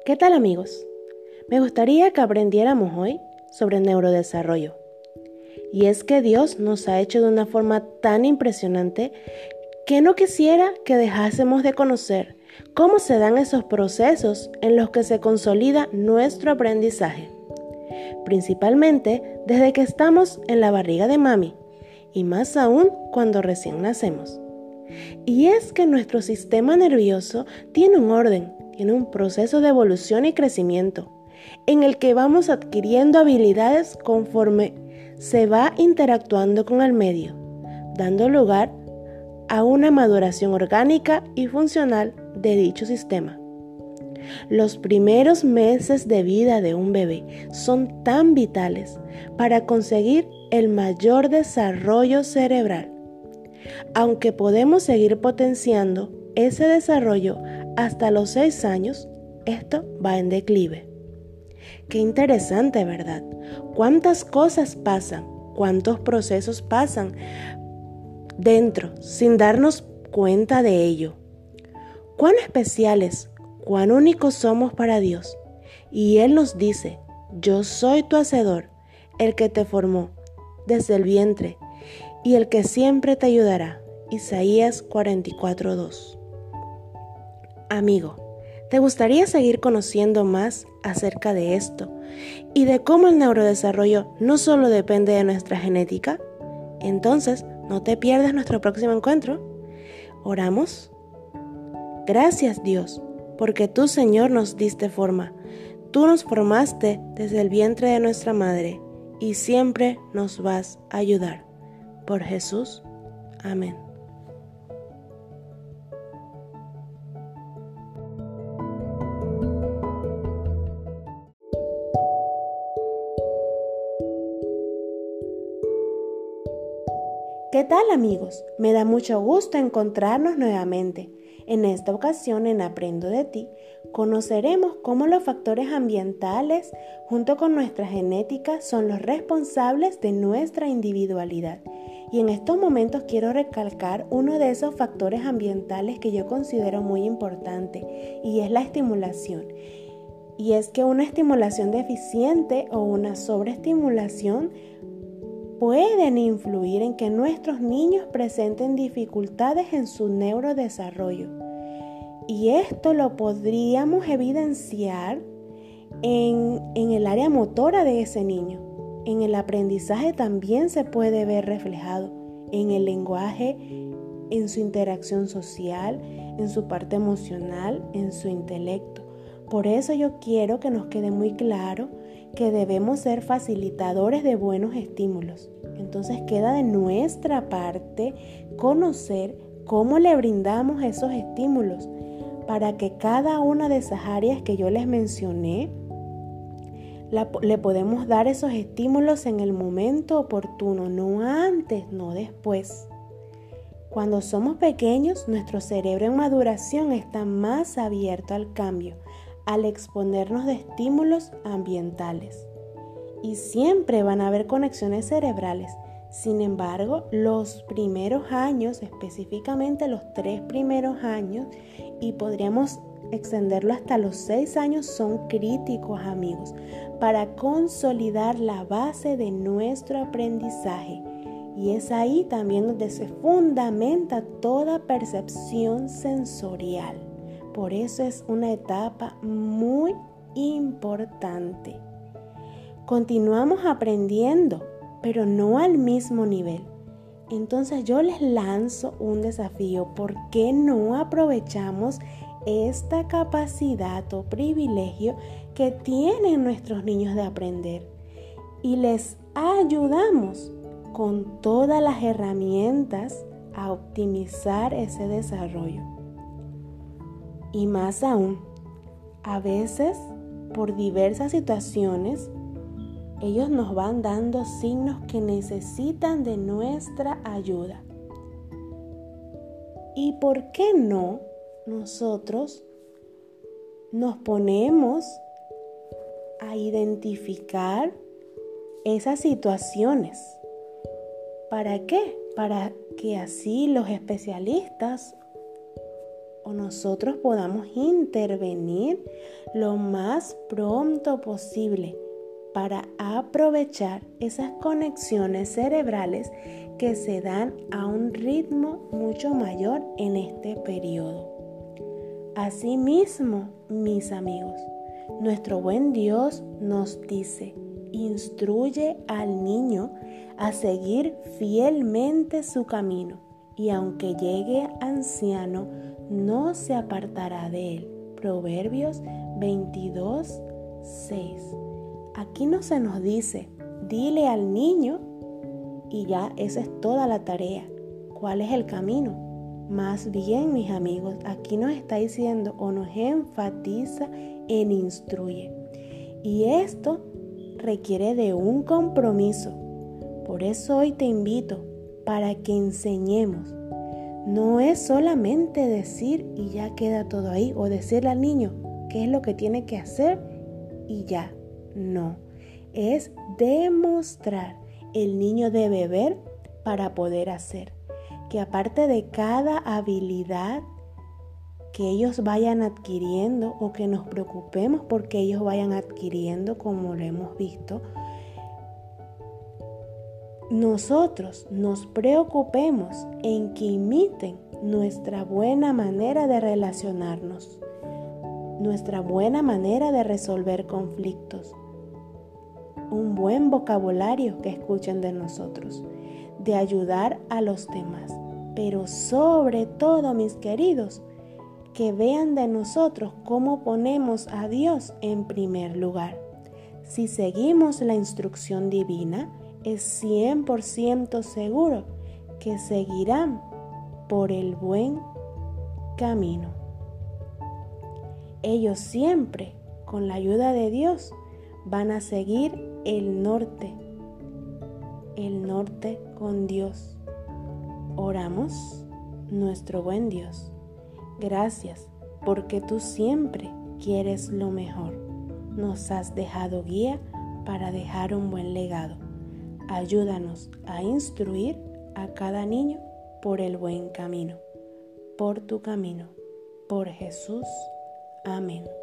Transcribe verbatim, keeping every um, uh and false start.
¿Qué tal, amigos? Me gustaría que aprendiéramos hoy sobre el neurodesarrollo. Y es que Dios nos ha hecho de una forma tan impresionante que no quisiera que dejásemos de conocer cómo se dan esos procesos en los que se consolida nuestro aprendizaje. Principalmente desde que estamos en la barriga de mami y más aún cuando recién nacemos. Y es que nuestro sistema nervioso tiene un orden, tiene un proceso de evolución y crecimiento, en el que vamos adquiriendo habilidades conforme se va interactuando con el medio, dando lugar a una maduración orgánica y funcional de dicho sistema. Los primeros meses de vida de un bebé son tan vitales para conseguir el mayor desarrollo cerebral, aunque podemos seguir potenciando ese desarrollo hasta los seis años, esto va en declive. Qué interesante, ¿verdad? ¿Cuántas cosas pasan? ¿Cuántos procesos pasan dentro sin darnos cuenta de ello? ¿Cuán especiales, cuán únicos somos para Dios? Y Él nos dice: yo soy tu Hacedor, el que te formó desde el vientre y el que siempre te ayudará. Isaías cuarenta y cuatro dos. Amigo, ¿te gustaría seguir conociendo más acerca de esto y de cómo el neurodesarrollo no solo depende de nuestra genética? Entonces, no te pierdas nuestro próximo encuentro. ¿Oramos? Gracias, Dios, porque tú, Señor, nos diste forma. Tú nos formaste desde el vientre de nuestra madre y siempre nos vas a ayudar. Por Jesús. Amén. ¿Qué tal, amigos? Me da mucho gusto encontrarnos nuevamente. En esta ocasión, en Aprendo de Ti, conoceremos cómo los factores ambientales, junto con nuestra genética, son los responsables de nuestra individualidad. Y en estos momentos quiero recalcar uno de esos factores ambientales que yo considero muy importante, y es la estimulación. Y es que una estimulación deficiente o una sobreestimulación pueden influir en que nuestros niños presenten dificultades en su neurodesarrollo. Y esto lo podríamos evidenciar en, en el área motora de ese niño. En el aprendizaje también se puede ver reflejado, en el lenguaje, en su interacción social, en su parte emocional, en su intelecto. Por eso yo quiero que nos quede muy claro que debemos ser facilitadores de buenos estímulos. Entonces queda de nuestra parte conocer cómo le brindamos esos estímulos para que cada una de esas áreas que yo les mencioné, la, le podemos dar esos estímulos en el momento oportuno, no antes, no después. Cuando somos pequeños, nuestro cerebro en maduración está más abierto al cambio, al exponernos de estímulos ambientales. Y siempre van a haber conexiones cerebrales. Sin embargo, los primeros años, específicamente los tres primeros años, y podríamos extenderlo hasta los seis años, son críticos, amigos, para consolidar la base de nuestro aprendizaje. Y es ahí también donde se fundamenta toda percepción sensorial. Por eso es una etapa muy importante. Continuamos aprendiendo, pero no al mismo nivel. Entonces yo les lanzo un desafío. ¿Por qué no aprovechamos esta capacidad o privilegio que tienen nuestros niños de aprender y les ayudamos con todas las herramientas a optimizar ese desarrollo? Y más aún, a veces, por diversas situaciones, ellos nos van dando signos que necesitan de nuestra ayuda. ¿Y por qué no nosotros nos ponemos a identificar esas situaciones? ¿Para qué? Para que así los especialistas o nosotros podamos intervenir lo más pronto posible para aprovechar esas conexiones cerebrales que se dan a un ritmo mucho mayor en este periodo. Asimismo, mis amigos, nuestro buen Dios nos dice: instruye al niño a seguir fielmente su camino, y aunque llegue anciano, no se apartará de él. Proverbios veintidós, seis. Aquí no se nos dice, dile al niño y ya, esa es toda la tarea. ¿Cuál es el camino? Más bien, mis amigos, aquí nos está diciendo o nos enfatiza en instruye. Y esto requiere de un compromiso. Por eso hoy te invito para que enseñemos. No es solamente decir y ya queda todo ahí, o decirle al niño qué es lo que tiene que hacer y ya. No, es demostrar. El niño debe ver para poder hacer. Que aparte de cada habilidad que ellos vayan adquiriendo o que nos preocupemos porque ellos vayan adquiriendo, como lo hemos visto, nosotros nos preocupemos en que imiten nuestra buena manera de relacionarnos, nuestra buena manera de resolver conflictos, un buen vocabulario que escuchen de nosotros, de ayudar a los demás, pero sobre todo, mis queridos, que vean de nosotros cómo ponemos a Dios en primer lugar. Si seguimos la instrucción divina, es cien por ciento seguro que seguirán por el buen camino. Ellos siempre, con la ayuda de Dios, van a seguir el norte, el norte con Dios. Oramos. Nuestro buen Dios, gracias porque tú siempre quieres lo mejor. Nos has dejado guía para dejar un buen legado. Ayúdanos a instruir a cada niño por el buen camino, por tu camino, por Jesús. Amén.